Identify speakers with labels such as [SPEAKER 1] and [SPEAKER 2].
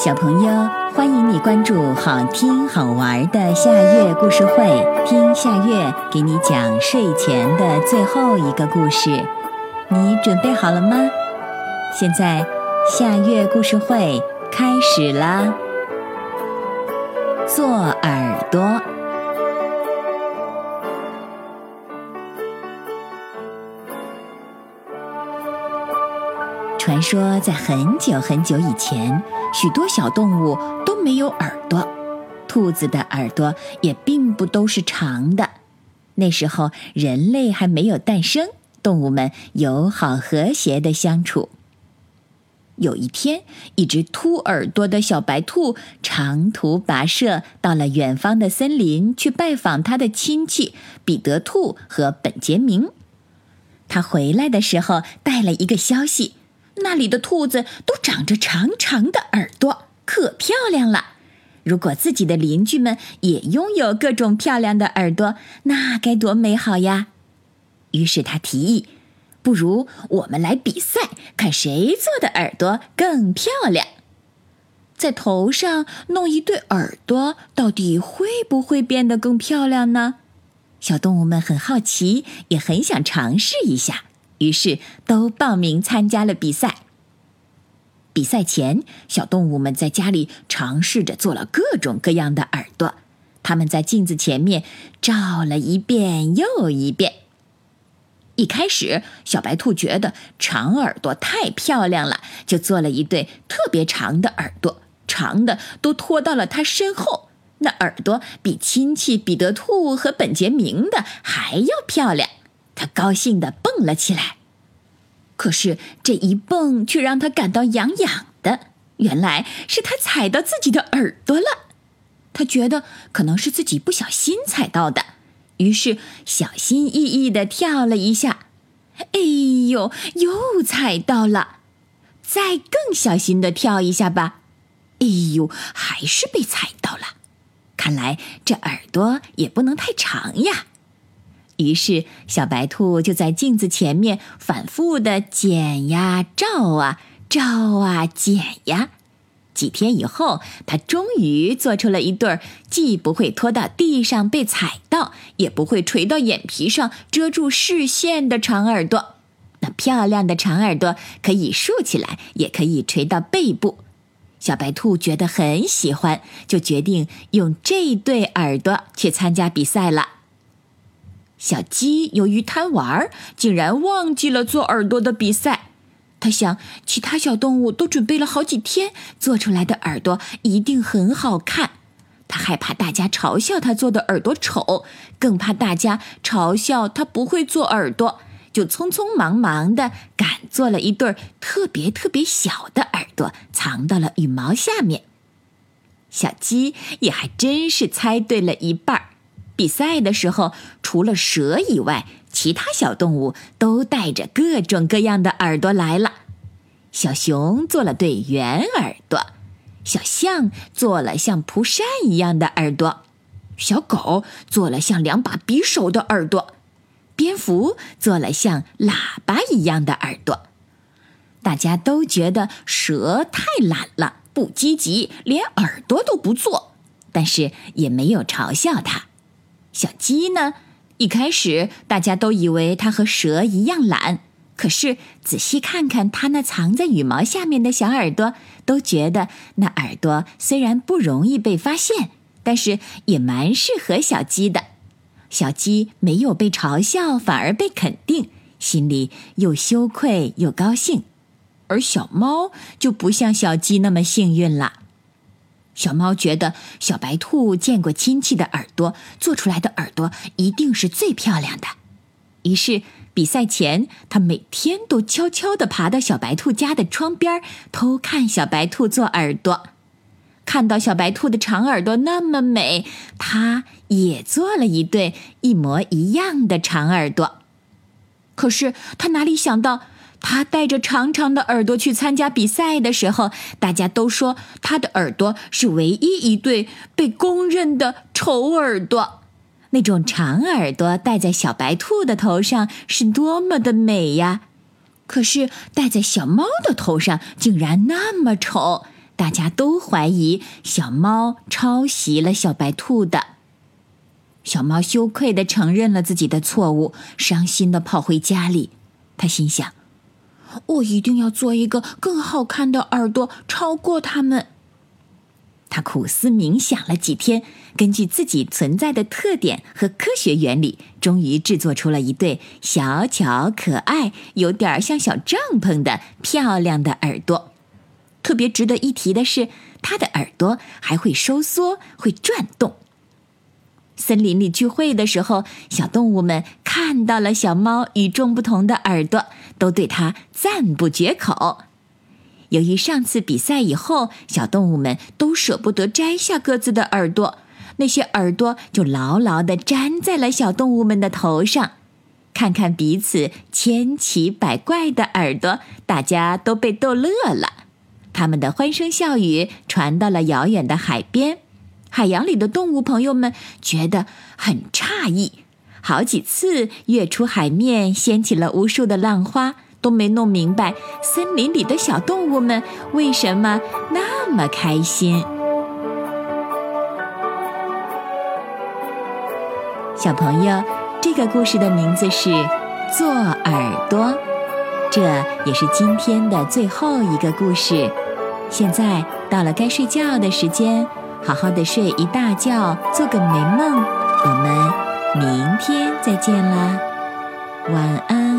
[SPEAKER 1] 小朋友，欢迎你关注好听好玩的夏月故事会，听夏月给你讲睡前的最后一个故事。你准备好了吗？现在夏月故事会开始啦！做耳朵。传说在很久很久以前，许多小动物都没有耳朵，兔子的耳朵也并不都是长的。那时候人类还没有诞生，动物们友好和谐地相处。有一天，一只秃耳朵的小白兔长途跋涉到了远方的森林，去拜访他的亲戚彼得兔和本杰明。他回来的时候带了一个消息，那里的兔子都长着长长的耳朵，可漂亮了。如果自己的邻居们也拥有各种漂亮的耳朵，那该多美好呀！于是他提议，不如我们来比赛，看谁做的耳朵更漂亮。在头上弄一对耳朵，到底会不会变得更漂亮呢？小动物们很好奇，也很想尝试一下，于是都报名参加了比赛。比赛前，小动物们在家里尝试着做了各种各样的耳朵，他们在镜子前面照了一遍又一遍。一开始，小白兔觉得长耳朵太漂亮了，就做了一对特别长的耳朵，长的都拖到了它身后。那耳朵比亲戚彼得兔和本杰明的还要漂亮，他高兴地蹦了起来。可是这一蹦却让他感到痒痒的，原来是他踩到自己的耳朵了。他觉得可能是自己不小心踩到的，于是小心翼翼地跳了一下。哎呦，又踩到了！再更小心地跳一下吧。哎呦，还是被踩到了。看来这耳朵也不能太长呀。于是小白兔就在镜子前面反复地剪呀照啊，照啊剪呀。几天以后，它终于做出了一对既不会拖到地上被踩到，也不会垂到眼皮上遮住视线的长耳朵。那漂亮的长耳朵可以竖起来，也可以垂到背部。小白兔觉得很喜欢，就决定用这对耳朵去参加比赛了。小鸡由于贪玩，竟然忘记了做耳朵的比赛。他想，其他小动物都准备了好几天，做出来的耳朵一定很好看。他害怕大家嘲笑他做的耳朵丑，更怕大家嘲笑他不会做耳朵，就匆匆忙忙地赶做了一对特别特别小的耳朵，藏到了羽毛下面。小鸡也还真是猜对了一半。比赛的时候，除了蛇以外，其他小动物都带着各种各样的耳朵来了。小熊做了对圆耳朵，小象做了像蒲扇一样的耳朵，小狗做了像两把匕首的耳朵，蝙蝠做了像喇叭一样的耳朵。大家都觉得蛇太懒了，不积极，连耳朵都不做，但是也没有嘲笑它。小鸡呢，一开始大家都以为它和蛇一样懒，可是仔细看看它那藏在羽毛下面的小耳朵，都觉得那耳朵虽然不容易被发现，但是也蛮适合小鸡的。小鸡没有被嘲笑，反而被肯定，心里又羞愧又高兴。而小猫就不像小鸡那么幸运了。小猫觉得小白兔见过亲戚的耳朵，做出来的耳朵一定是最漂亮的。于是比赛前，它每天都悄悄地爬到小白兔家的窗边，偷看小白兔做耳朵。看到小白兔的长耳朵那么美，它也做了一对一模一样的长耳朵。可是它哪里想到，他带着长长的耳朵去参加比赛的时候，大家都说他的耳朵是唯一一对被公认的丑耳朵。那种长耳朵戴在小白兔的头上是多么的美呀！可是戴在小猫的头上竟然那么丑， 大家都怀疑小猫抄袭了小白兔的。小猫羞愧地承认了自己的错误，伤心地跑回家里。他心想，我一定要做一个更好看的耳朵，超过它们。他苦思冥想了几天，根据自己存在的特点和科学原理，终于制作出了一对小巧可爱、有点像小帐篷的漂亮的耳朵。特别值得一提的是，它的耳朵还会收缩，会转动。森林里聚会的时候，小动物们看到了小猫与众不同的耳朵，都对它赞不绝口。由于上次比赛以后，小动物们都舍不得摘下各自的耳朵，那些耳朵就牢牢地粘在了小动物们的头上。看看彼此千奇百怪的耳朵，大家都被逗乐了。他们的欢声笑语传到了遥远的海边，海洋里的动物朋友们觉得很诧异，好几次跃出海面，掀起了无数的浪花，都没弄明白森林里的小动物们为什么那么开心。小朋友，这个故事的名字是做耳朵，这也是今天的最后一个故事。现在到了该睡觉的时间，好好的睡一大觉，做个美梦。我们明天再见啦，晚安。